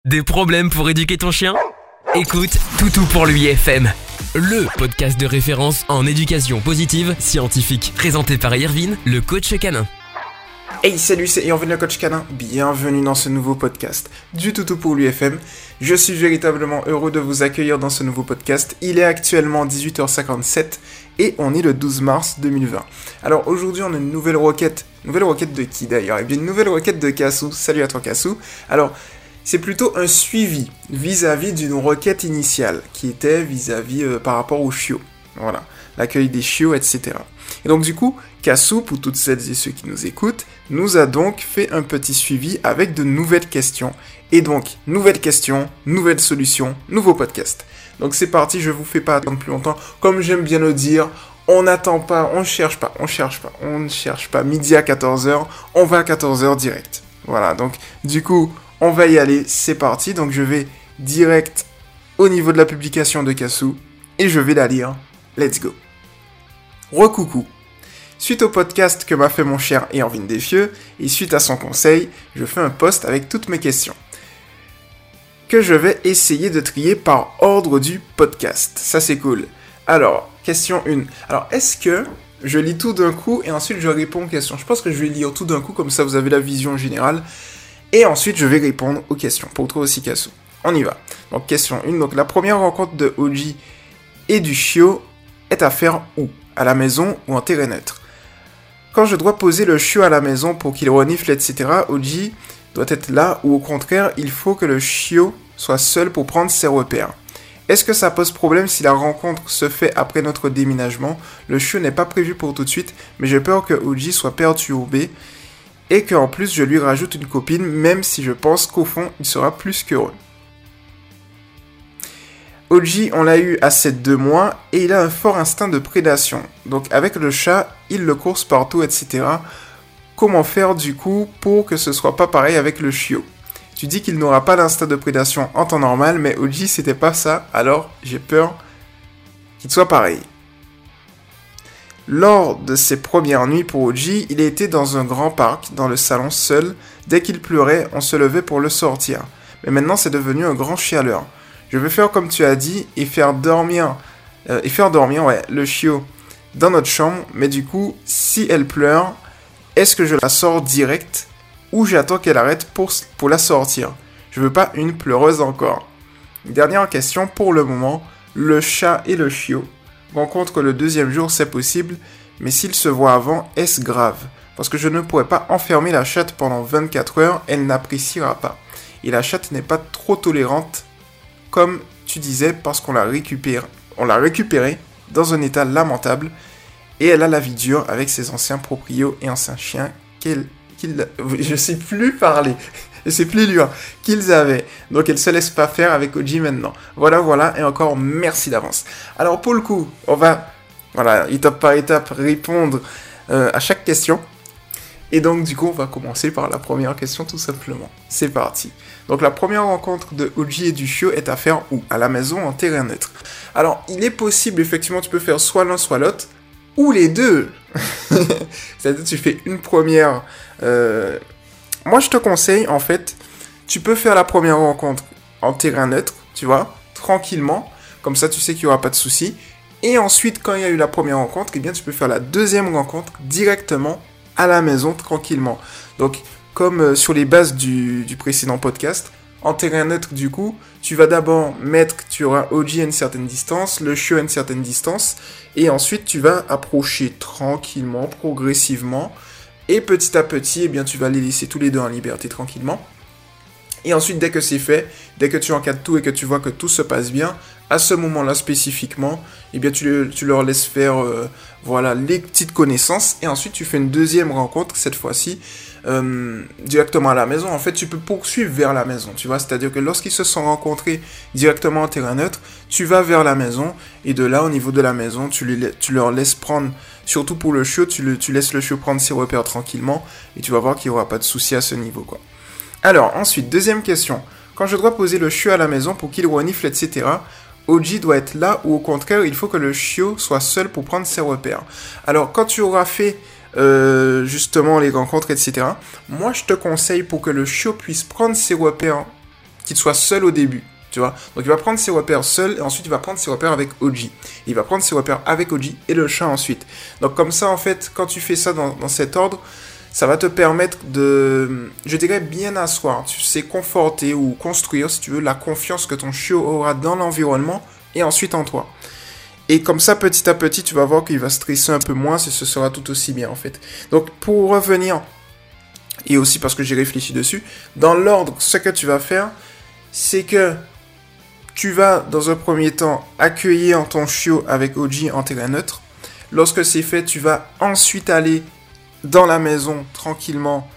Des problèmes pour éduquer ton chien? Écoute Toutou pour lui FM, le podcast de référence en éducation positive scientifique, présenté par Irvine, le coach canin. Hey salut, c'est Irvine le coach canin, bienvenue dans ce nouveau podcast du Toutou pour l'UFM. Je suis véritablement heureux de vous accueillir dans ce nouveau podcast. Il est actuellement 18h57 et on est le 12 mars 2020. Alors aujourd'hui on a une nouvelle requête de qui d'ailleurs? Eh bien une nouvelle requête de Kassou, salut à toi Kassou. Alors c'est plutôt un suivi vis-à-vis d'une requête initiale qui était vis-à-vis par rapport aux chiots. Voilà, l'accueil des chiots, etc. Et donc du coup, Kassou, pour toutes celles et ceux qui nous écoutent, nous a donc fait un petit suivi avec de nouvelles questions. Et donc, nouvelles questions, nouvelles solutions, nouveau podcast. Donc c'est parti, je vous fais pas attendre plus longtemps. Comme j'aime bien le dire, on n'attend pas, on ne cherche pas. Midi à 14h, on va à 14h direct. Voilà, donc du coup, on va y aller, c'est parti. Donc je vais direct au niveau de la publication de Kassou et je vais la lire. Let's go. Recoucou. Suite au podcast que m'a fait mon cher Irvine Desfieux, et suite à son conseil, je fais un post avec toutes mes questions, que je vais essayer de trier par ordre du podcast. Ça c'est cool. Alors, question 1. Alors, est-ce que je lis tout d'un coup et ensuite je réponds aux questions? Je pense que je vais lire tout d'un coup, comme ça vous avez la vision générale. Et ensuite je vais répondre aux questions, pour toi aussi Kassou. On y va. Donc, question 1. Donc, la première rencontre de Oji et du chiot est à faire où? À la maison ou en terrain neutre? Quand je dois poser le chiot à la maison pour qu'il renifle, etc., Oji doit être là ou au contraire, il faut que le chiot soit seul pour prendre ses repères. Est-ce que ça pose problème si la rencontre se fait après notre déménagement? Le chiot n'est pas prévu pour tout de suite, mais j'ai peur que Oji soit perturbé et qu'en plus je lui rajoute une copine, même si je pense qu'au fond, il sera plus qu'heureux. Oji, on l'a eu à ses 2 mois et il a un fort instinct de prédation. Donc avec le chat, il le course partout, etc. Comment faire du coup pour que ce soit pas pareil avec le chiot? Tu dis qu'il n'aura pas d'instinct de prédation en temps normal, mais Oji c'était pas ça, alors j'ai peur qu'il soit pareil. Lors de ses premières nuits pour Oji, il était dans un grand parc, dans le salon seul. Dès qu'il pleurait, on se levait pour le sortir. Mais maintenant c'est devenu un grand chialeur. Je vais faire comme tu as dit et faire dormir le chiot dans notre chambre. Mais du coup, si elle pleure, est-ce que je la sors direct ou j'attends qu'elle arrête pour la sortir? Je veux pas une pleureuse encore. Dernière question pour le moment. Le chat et le chiot rencontrent le 2e jour, c'est possible. Mais s'ils se voient avant, est-ce grave? Parce que je ne pourrais pas enfermer la chatte pendant 24 heures, elle n'appréciera pas. Et la chatte n'est pas trop tolérante, comme tu disais, parce qu'on l'a récupérée dans un état lamentable et elle a la vie dure avec ses anciens proprios et anciens chiens je sais plus parler, je sais plus lire, qu'ils avaient. Donc elle se laisse pas faire avec Oji maintenant. Voilà, et encore merci d'avance. Alors pour le coup, on va, étape par étape, répondre à chaque question. Et donc du coup, on va commencer par la première question tout simplement. C'est parti. Donc la première rencontre de Oji et du chiot est à faire où? À la maison, en terrain neutre. Alors, il est possible, effectivement, tu peux faire soit l'un, soit l'autre, ou les deux. C'est-à-dire, tu fais une première... Moi, je te conseille, en fait, tu peux faire la première rencontre en terrain neutre, tu vois, tranquillement. Comme ça, tu sais qu'il n'y aura pas de souci. Et ensuite, quand il y a eu la première rencontre, eh bien, tu peux faire la deuxième rencontre directement à la maison, tranquillement. Donc, comme sur les bases du précédent podcast, en terrain neutre, du coup, tu vas d'abord tu auras Oji à une certaine distance, le chiot à une certaine distance, et ensuite tu vas approcher tranquillement, progressivement, et petit à petit, eh bien, tu vas les laisser tous les deux en liberté tranquillement. Et ensuite, dès que c'est fait, dès que tu encadres tout et que tu vois que tout se passe bien, à ce moment-là spécifiquement, eh bien, tu leur laisses faire les petites connaissances. Et ensuite, tu fais une deuxième rencontre, cette fois-ci, directement à la maison. En fait, tu peux poursuivre vers la maison, tu vois. C'est-à-dire que lorsqu'ils se sont rencontrés directement en terrain neutre, tu vas vers la maison. Et de là, au niveau de la maison, tu leur laisses prendre, surtout pour le chiot, tu laisses le chiot prendre ses repères tranquillement. Et tu vas voir qu'il n'y aura pas de souci à ce niveau, quoi. Alors, ensuite, deuxième question. Quand je dois poser le chiot à la maison pour qu'il renifle, etc., Oji doit être là ou au contraire, il faut que le chiot soit seul pour prendre ses repères. Alors, quand tu auras fait justement les rencontres, etc., moi, je te conseille pour que le chiot puisse prendre ses repères qu'il soit seul au début. Tu vois, donc il va prendre ses repères seul et ensuite il va prendre ses repères avec OG. Il va prendre ses repères avec OG et le chat ensuite. Donc comme ça en fait, quand tu fais ça dans cet ordre, ça va te permettre de, je dirais, bien asseoir, tu sais, conforter ou construire, si tu veux, la confiance que ton chiot aura dans l'environnement et ensuite en toi. Et comme ça, petit à petit, tu vas voir qu'il va stresser un peu moins et ce sera tout aussi bien en fait. Donc pour revenir, et aussi parce que j'ai réfléchi dessus, dans l'ordre, ce que tu vas faire, c'est que tu vas, dans un premier temps, accueillir ton chiot avec OG en terrain neutre. Lorsque c'est fait, tu vas ensuite aller dans la maison, tranquillement,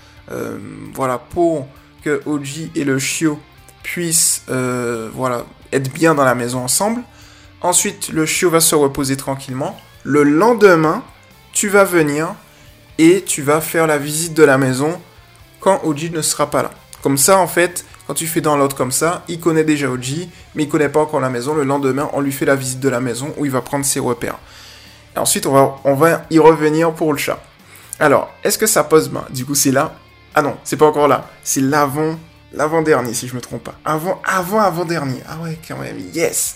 pour que OG et le chiot puissent, être bien dans la maison ensemble. Ensuite, le chiot va se reposer tranquillement. Le lendemain, tu vas venir et tu vas faire la visite de la maison quand OG ne sera pas là. Comme ça, en fait, quand tu fais dans l'ordre comme ça, il connaît déjà OG, mais il connaît pas encore la maison. Le lendemain, on lui fait la visite de la maison où il va prendre ses repères. Et ensuite, on va y revenir pour le chat. Alors, est-ce que ça pose... du coup, c'est là. Ah non, c'est pas encore là. C'est l'avant-dernier, si je me trompe pas. Avant-dernier. Ah ouais, quand même, yes.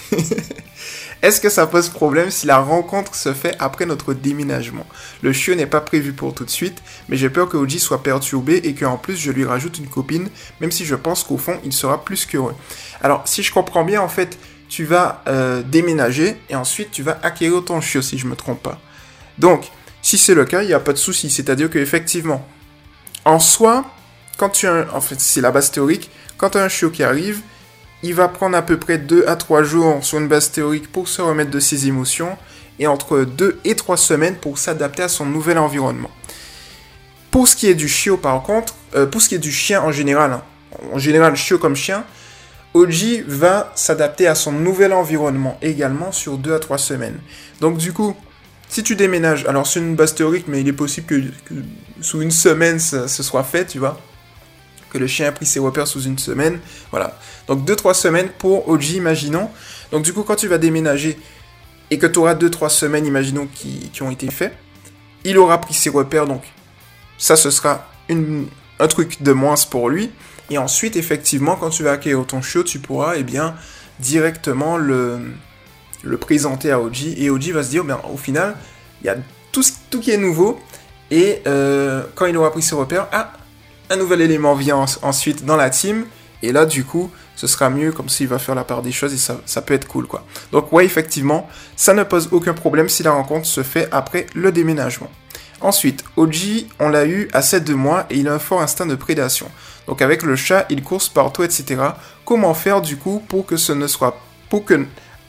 Est-ce que ça pose problème si la rencontre se fait après notre déménagement? Le chiot n'est pas prévu pour tout de suite, mais j'ai peur que OG soit perturbé et qu'en plus je lui rajoute une copine, même si je pense qu'au fond il sera plus qu'heureux. Alors si je comprends bien, en fait, tu vas déménager et ensuite tu vas acquérir ton chiot, si je me trompe pas. Donc, si c'est le cas, il n'y a pas de souci, c'est-à-dire qu'effectivement, en soi, quand tu as en fait, c'est la base théorique, quand tu as un chiot qui arrive, il va prendre à peu près 2 à 3 jours sur une base théorique pour se remettre de ses émotions et entre 2 et 3 semaines pour s'adapter à son nouvel environnement. Pour ce qui est du chiot par contre, pour ce qui est du chien en général, chiot comme chien, OG va s'adapter à son nouvel environnement également sur 2 à 3 semaines. Donc du coup, si tu déménages, alors c'est une base théorique, mais il est possible que sous une semaine ça soit fait, tu vois. Que le chien a pris ses repères sous une semaine, voilà. Donc 2-3 semaines pour OG, imaginons. Donc du coup, quand tu vas déménager et que tu auras 2-3 semaines, imaginons, qui ont été faits, il aura pris ses repères, donc ça, ce sera un truc de moins pour lui. Et ensuite, effectivement, quand tu vas accueillir ton chiot, tu pourras, directement le présenter à OG. Et OG va se dire, au final, il y a tout qui est nouveau. Et quand il aura pris ses repères, un nouvel élément vient ensuite dans la team, et là, du coup, ce sera mieux, comme s'il va faire la part des choses, et ça peut être cool, quoi. Donc, ouais, effectivement, ça ne pose aucun problème si la rencontre se fait après le déménagement. Ensuite, OG, on l'a eu à 7 mois, et il a un fort instinct de prédation. Donc, avec le chat, il course partout, etc. Comment faire, du coup, pour que ce ne soit... pour que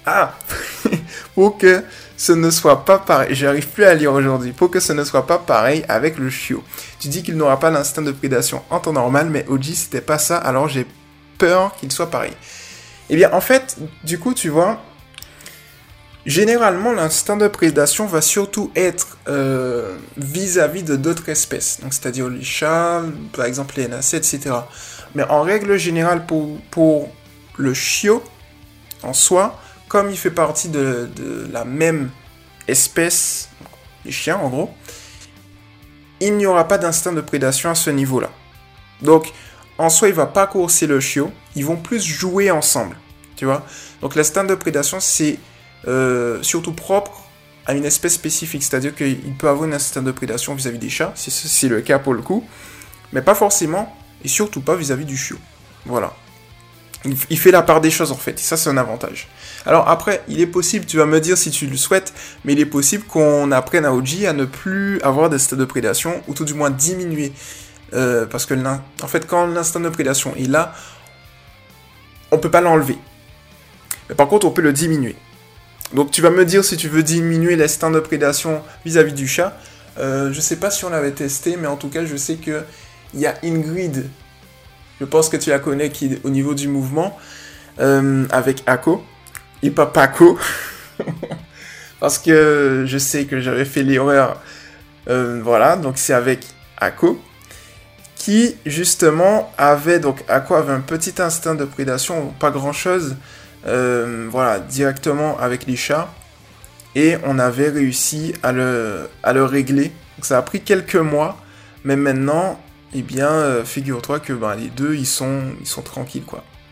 ce ne soit pas pareil, j'arrive plus à lire aujourd'hui, pour que ce ne soit pas pareil avec le chiot. Tu dis qu'il n'aura pas l'instinct de prédation en temps normal, mais OG c'était pas ça, alors j'ai peur qu'il soit pareil. Eh bien en fait, du coup tu vois, généralement l'instinct de prédation va surtout être vis-à-vis de d'autres espèces, donc c'est-à-dire les chats, par exemple les nacets, etc. Mais en règle générale pour le chiot, en soi, comme il fait partie de la même espèce, les chiens en gros, il n'y aura pas d'instinct de prédation à ce niveau-là. Donc, en soi, il ne va pas courser le chiot, ils vont plus jouer ensemble, tu vois. Donc, l'instinct de prédation, c'est surtout propre à une espèce spécifique, c'est-à-dire qu'il peut avoir un instinct de prédation vis-à-vis des chats, c'est le cas pour le coup, mais pas forcément, et surtout pas vis-à-vis du chiot. Voilà. Il fait la part des choses en fait, et ça c'est un avantage. Alors après, il est possible, tu vas me dire si tu le souhaites, mais il est possible qu'on apprenne à OG à ne plus avoir d'instinct de prédation, ou tout du moins diminuer. Parce que en fait, quand l'instinct de prédation est là, on peut pas l'enlever. Mais par contre, on peut le diminuer. Donc tu vas me dire si tu veux diminuer l'instinct de prédation vis-à-vis du chat. Je sais pas si on l'avait testé, mais en tout cas, je sais que il y a Ingrid. Je pense que tu la connais, qui est au niveau du mouvement, avec Ako, et pas Paco, parce que je sais que j'avais fait l'erreur, voilà, donc c'est avec Ako, qui justement avait, donc Ako avait un petit instinct de prédation, pas grand chose, voilà, directement avec les chats, et on avait réussi à le régler, donc ça a pris quelques mois, mais maintenant... Eh bien, figure-toi que les deux, ils sont tranquilles, quoi.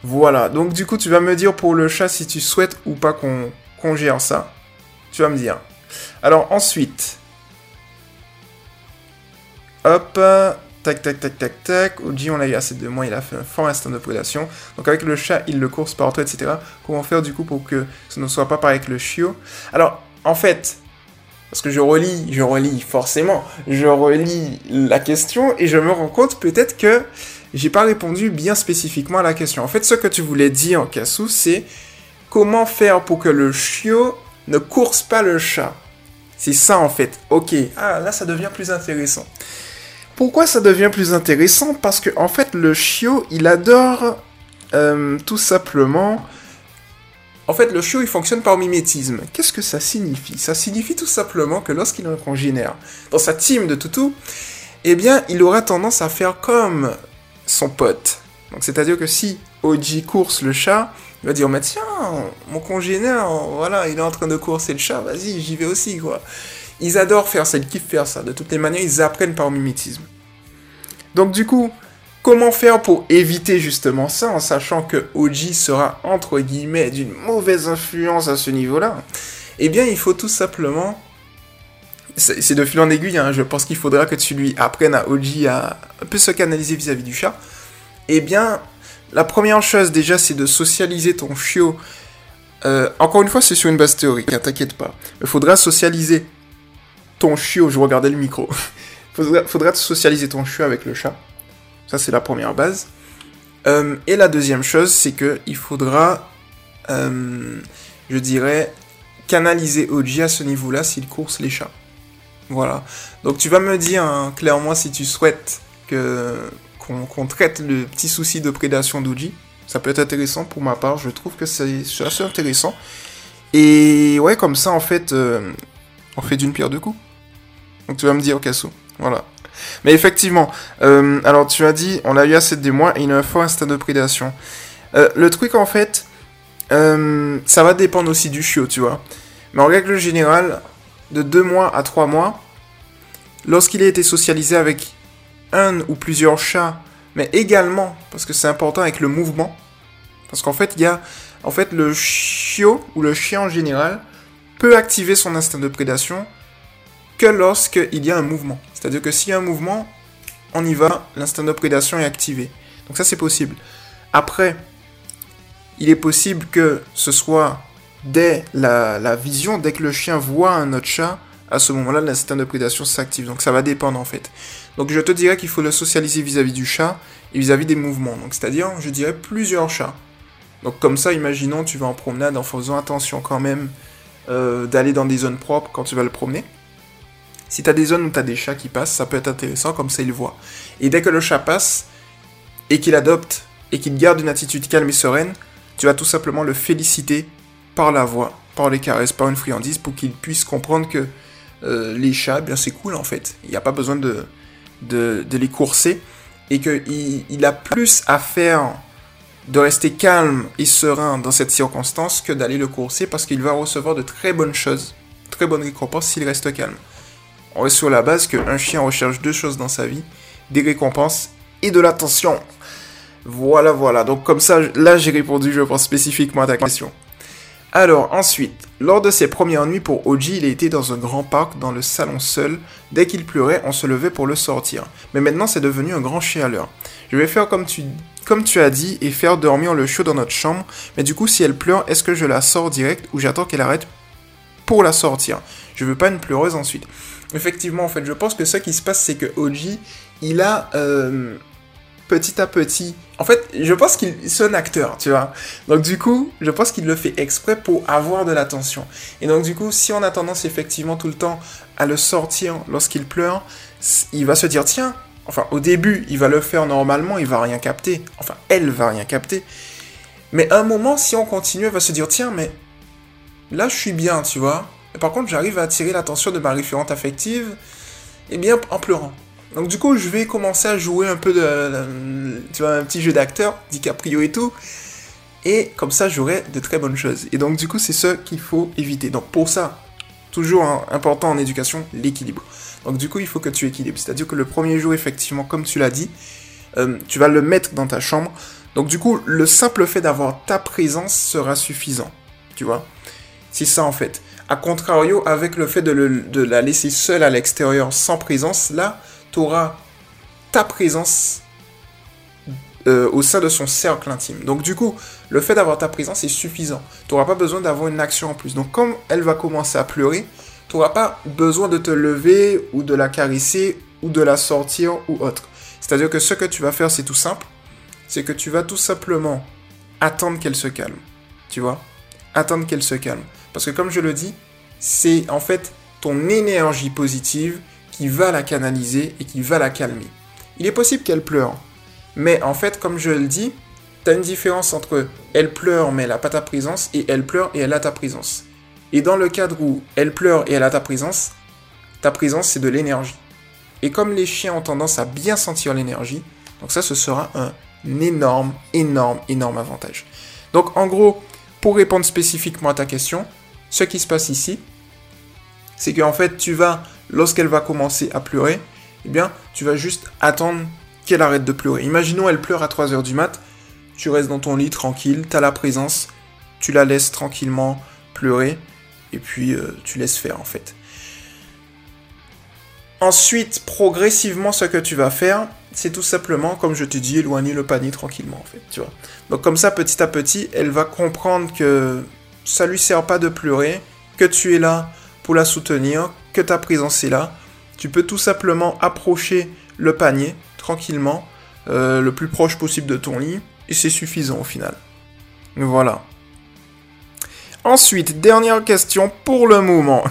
Voilà, donc du coup, tu vas me dire pour le chat si tu souhaites ou pas qu'on gère ça. Tu vas me dire. Alors ensuite, hop, tac, tac, tac, tac, tac. Oji, on a eu assez de mois, il a fait un fort instinct de prédation. Donc avec le chat, il le course partout, etc. Comment faire du coup pour que ce ne soit pas pareil avec le chiot? Alors, en fait, parce que je relis forcément, je relis la question et je me rends compte peut-être que j'ai pas répondu bien spécifiquement à la question. En fait, ce que tu voulais dire, Kassou, c'est comment faire pour que le chiot ne course pas le chat. C'est ça en fait. Ok. Ah, là ça devient plus intéressant. Pourquoi ça devient plus intéressant? Parce que en fait le chiot il adore tout simplement. En fait le chiot il fonctionne par mimétisme. Qu'est-ce que ça signifie? Ça signifie tout simplement que lorsqu'il a un congénère dans sa team de toutou, eh bien il aura tendance à faire comme son pote. Donc c'est-à-dire que si Oji course le chat, il va dire, mais tiens, mon congénère, voilà, il est en train de courser le chat, vas-y, j'y vais aussi, quoi. Ils adorent faire ça, ils kiffent faire ça. De toutes les manières, ils apprennent par mimétisme. Donc du coup, comment faire pour éviter justement ça, en sachant que Oji sera, entre guillemets, d'une mauvaise influence à ce niveau-là? Eh bien, il faut tout simplement... C'est de fil en aiguille, hein, je pense qu'il faudra que tu lui apprennes à Oji à un peu se canaliser vis-à-vis du chat. Eh bien... La première chose déjà, c'est de socialiser ton chiot. Encore une fois, c'est sur une base théorique, hein, t'inquiète pas. Il faudra socialiser ton chiot. Je regardais le micro. faudra socialiser ton chiot avec le chat. Ça, c'est la première base. Et la deuxième chose, c'est que il faudra, je dirais, canaliser Oji à ce niveau-là s'il course les chats. Voilà. Donc tu vas me dire hein, clairement si tu souhaites qu'on traite le petit souci de prédation d'Oji. Ça peut être intéressant pour ma part, je trouve que c'est assez intéressant. Et ouais, comme ça, en fait, on fait d'une pierre deux coups. Donc tu vas me dire, Kassou, voilà. Mais effectivement, alors tu as dit, on a eu assez de mois et il a un fort instinct de prédation. Le truc, en fait, ça va dépendre aussi du chiot, tu vois. Mais en règle générale, de 2 mois à 3 mois, lorsqu'il a été socialisé avec un ou plusieurs chats, mais également, parce que c'est important avec le mouvement, parce qu'en fait, il y a, en fait, le chiot, ou le chien en général, peut activer son instinct de prédation que lorsqu'il y a un mouvement. C'est-à-dire que s'il y a un mouvement, on y va, l'instinct de prédation est activé. Donc ça, c'est possible. Après, il est possible que ce soit dès la vision, dès que le chien voit un autre chat, à ce moment-là, l'instinct de prédation s'active. Donc ça va dépendre, en fait. Donc je te dirais qu'il faut le socialiser vis-à-vis du chat et vis-à-vis des mouvements. Donc c'est-à-dire, je dirais plusieurs chats. Donc comme ça, imaginons, tu vas en promenade en faisant attention quand même d'aller dans des zones propres quand tu vas le promener. Si tu as des zones où tu as des chats qui passent, ça peut être intéressant, comme ça il voit. Et dès que le chat passe, et qu'il adopte, et qu'il garde une attitude calme et sereine, tu vas tout simplement le féliciter par la voix, par les caresses, par une friandise, pour qu'il puisse comprendre que les chats, bien c'est cool en fait. Il n'y a pas besoin de les courser, et qu'il a plus à faire de rester calme et serein dans cette circonstance que d'aller le courser, parce qu'il va recevoir de très bonnes choses, très bonnes récompenses s'il reste calme. On reste sur la base qu'un chien recherche 2 choses dans sa vie, des récompenses et de l'attention. Voilà, voilà. Donc comme ça, là j'ai répondu, je pense, spécifiquement à ta question. Alors, ensuite, lors de ses premières nuits pour Oji, il était dans un grand parc, dans le salon seul. Dès qu'il pleurait, on se levait pour le sortir. Mais maintenant, c'est devenu un grand chialeur. Je vais faire comme tu as dit et faire dormir le chiot dans notre chambre. Mais du coup, si elle pleure, est-ce que je la sors direct ou j'attends qu'elle arrête pour la sortir? Je veux pas une pleureuse ensuite. Effectivement, en fait, je pense que ce qui se passe, c'est que Oji, il a petit à petit... En fait, je pense qu'il c'est un acteur, tu vois. Donc du coup, je pense qu'il le fait exprès pour avoir de l'attention. Et donc du coup, si on a tendance effectivement tout le temps à le sortir lorsqu'il pleure, il va se dire, tiens, enfin au début, il va le faire normalement, il va rien capter. Enfin, elle va rien capter. Mais à un moment, si on continue, elle va se dire, tiens, mais là, je suis bien, tu vois. Et par contre, j'arrive à attirer l'attention de ma référente affective, eh bien, en pleurant. Donc du coup, je vais commencer à jouer un peu tu vois, un petit jeu d'acteur, DiCaprio et tout, et comme ça, j'aurai de très bonnes choses. Et donc du coup, c'est ce qu'il faut éviter. Donc pour ça, toujours important en éducation, l'équilibre. Donc du coup, il faut que tu équilibres. C'est-à-dire que le premier jour, effectivement, comme tu l'as dit, tu vas le mettre dans ta chambre, Donc du coup, le simple fait d'avoir ta présence sera suffisant, tu vois. C'est ça en fait. A contrario, avec le fait de la laisser seule à l'extérieur sans présence, là, tu auras ta présence au sein de son cercle intime. Donc du coup, le fait d'avoir ta présence est suffisant. Tu n'auras pas besoin d'avoir une action en plus. Donc comme elle va commencer à pleurer, tu n'auras pas besoin de te lever ou de la caresser ou de la sortir ou autre. C'est-à-dire que ce que tu vas faire, c'est tout simple. C'est que tu vas tout simplement attendre qu'elle se calme. Tu vois ? Attendre qu'elle se calme. Parce que comme je le dis, c'est en fait ton énergie positive qui va la canaliser et qui va la calmer. Il est possible qu'elle pleure. Mais en fait, comme je le dis, tu as une différence entre elle pleure mais elle n'a pas ta présence et elle pleure et elle a ta présence. Et dans le cadre où elle pleure et elle a ta présence c'est de l'énergie. Et comme les chiens ont tendance à bien sentir l'énergie, donc ça, ce sera un énorme avantage. Donc en gros, pour répondre spécifiquement à ta question, ce qui se passe ici, c'est qu'en fait, tu vas, lorsqu'elle va commencer à pleurer, eh bien, tu vas juste attendre qu'elle arrête de pleurer. Imaginons, elle pleure à 3h du mat, tu restes dans ton lit tranquille, tu as la présence, tu la laisses tranquillement pleurer, et puis tu laisses faire en fait. Ensuite, progressivement, ce que tu vas faire, c'est tout simplement, comme je te dis, éloigner le panier tranquillement en fait, tu vois. Donc comme ça, petit à petit, elle va comprendre que ça lui sert pas de pleurer, que tu es là pour la soutenir, que ta présence est là. Tu peux tout simplement approcher le panier tranquillement, le plus proche possible de ton lit, et c'est suffisant au final. Voilà. Ensuite, dernière question pour le moment.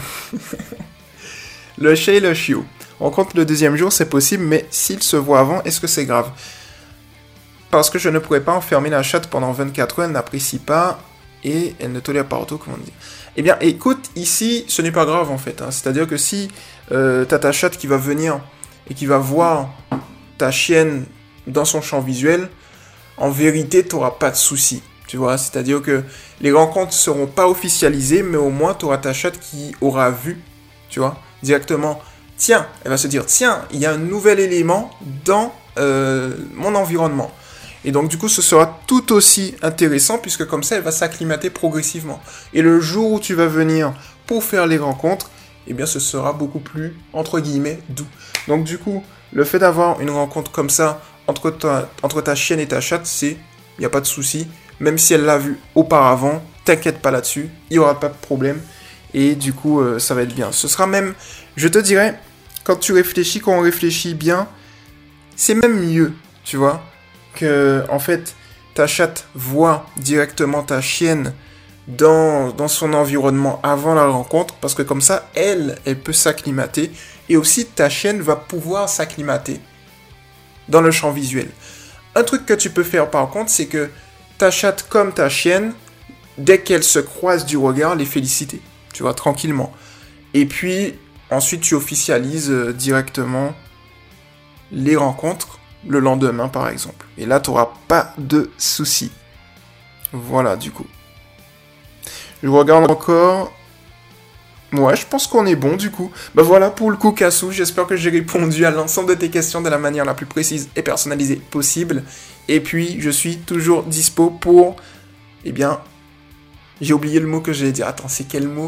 Le chat et le chiot. On compte le deuxième jour, c'est possible, mais s'il se voit avant, est-ce que c'est grave ? Parce que je ne pourrais pas enfermer la chatte pendant 24 heures, elle n'apprécie pas et elle ne tolère pas auto, comment dire. Eh bien, écoute, ici, ce n'est pas grave en fait. Hein. C'est-à-dire que si t'as ta chatte qui va venir et qui va voir ta chienne dans son champ visuel, en vérité, tu n'auras pas de souci. Tu vois, c'est-à-dire que les rencontres ne seront pas officialisées, mais au moins, tu auras ta chatte qui aura vu, tu vois, directement. Tiens, elle va se dire, tiens, il y a un nouvel élément dans mon environnement. Et donc, du coup, ce sera tout aussi intéressant, puisque comme ça, elle va s'acclimater progressivement. Et le jour où tu vas venir pour faire les rencontres, eh bien, ce sera beaucoup plus, entre guillemets, doux. Donc, du coup, le fait d'avoir une rencontre comme ça, entre ta chienne et ta chatte, il n'y a pas de souci. Même si elle l'a vu auparavant, t'inquiète pas là-dessus, il n'y aura pas de problème. Et du coup, ça va être bien. Ce sera même, je te dirais, quand on réfléchit bien, c'est même mieux, tu vois, que, en fait, ta chatte voit directement ta chienne dans son environnement avant la rencontre, parce que comme ça, elle peut s'acclimater, et aussi ta chienne va pouvoir s'acclimater dans le champ visuel. Un truc que tu peux faire par contre, c'est que ta chatte comme ta chienne, dès qu'elles se croisent du regard, les féliciter, tu vois, tranquillement. Et puis, ensuite, tu officialises directement les rencontres le lendemain, par exemple. Et là, tu n'auras pas de soucis. Voilà, du coup. Je regarde encore. Ouais, je pense qu'on est bon, du coup. Bah voilà, pour le coup, Kassou, j'espère que j'ai répondu à l'ensemble de tes questions de la manière la plus précise et personnalisée possible. Et puis, je suis toujours dispo pour... Eh bien... J'ai oublié le mot que j'allais dire. Attends, c'est quel mot ?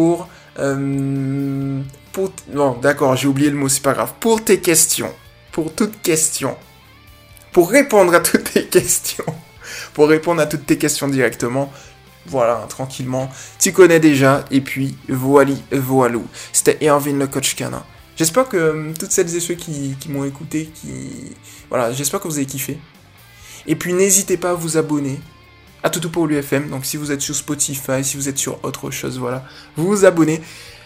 Non, d'accord, j'ai oublié le mot, c'est pas grave. Pour tes questions. Pour toutes questions. Pour répondre à toutes tes questions. Pour répondre à toutes tes questions directement. Voilà, tranquillement. Tu connais déjà. Et puis, voilou. C'était Erwin, le coach canin. J'espère que toutes celles et ceux qui m'ont écouté, voilà, j'espère que vous avez kiffé. Et puis, n'hésitez pas à vous abonner à Toutou pour l'UFM. Donc, si vous êtes sur Spotify, si vous êtes sur autre chose, voilà, vous vous abonnez.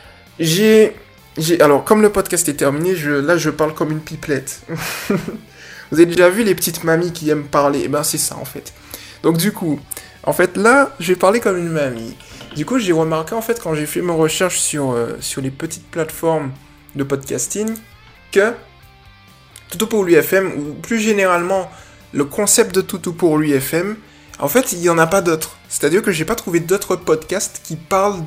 Alors, comme le podcast est terminé, là, je parle comme une pipelette. Vous avez déjà vu les petites mamies qui aiment parler ? Eh ben, c'est ça, en fait. Donc, du coup, en fait, là, je vais parler comme une mamie. Du coup, j'ai remarqué, en fait, quand j'ai fait mes recherches sur les petites plateformes de podcasting, que Toutou pour l'UFM, ou plus généralement, le concept de Toutou pour l'UFM, en fait, il n'y en a pas d'autres. C'est-à-dire que j'ai pas trouvé d'autres podcasts qui parlent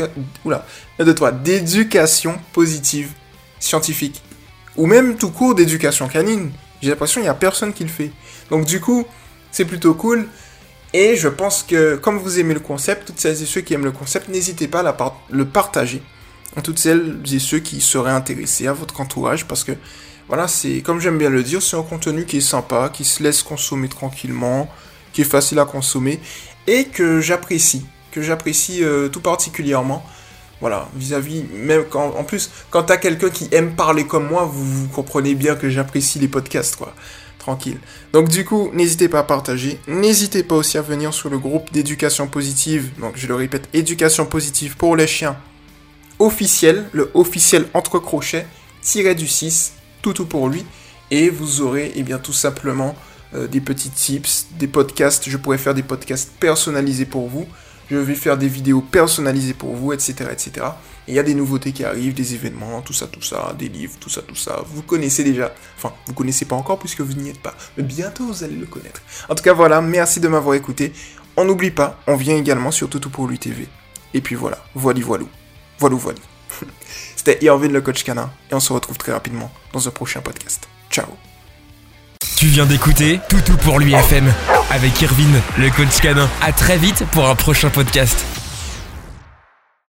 d'éducation positive, scientifique. Ou même tout court d'éducation canine. J'ai l'impression qu'il n'y a personne qui le fait. Donc du coup, c'est plutôt cool. Et je pense que, comme vous aimez le concept, toutes celles et ceux qui aiment le concept, n'hésitez pas à le partager à toutes celles et ceux qui seraient intéressés à votre entourage, parce que, voilà, c'est, comme j'aime bien le dire, c'est un contenu qui est sympa, qui se laisse consommer tranquillement, qui est facile à consommer, et que j'apprécie tout particulièrement. Voilà, vis-à-vis, même en plus, quand t'as quelqu'un qui aime parler comme moi, vous comprenez bien que j'apprécie les podcasts, quoi. Tranquille. Donc du coup, n'hésitez pas à partager. N'hésitez pas aussi à venir sur le groupe d'éducation positive. Donc je le répète, éducation positive pour les chiens officiel. Le officiel entre crochets, _6, tout pour lui. Et vous aurez, tout simplement, des petits tips, des podcasts. Je pourrais faire des podcasts personnalisés pour vous. Je vais faire des vidéos personnalisées pour vous, etc., etc. Et il y a des nouveautés qui arrivent, des événements, tout ça, des livres, tout ça. Vous connaissez déjà. Enfin, vous connaissez pas encore puisque vous n'y êtes pas. Mais bientôt, vous allez le connaître. En tout cas, voilà, merci de m'avoir écouté. On n'oublie pas, on vient également sur Toutou pour lui TV. Et puis voilà, voilou. C'était Irvine le coach canin. Et on se retrouve très rapidement dans un prochain podcast. Ciao. Tu viens d'écouter Toutou pour lui FM avec Irvine, le coach canin. À très vite pour un prochain podcast.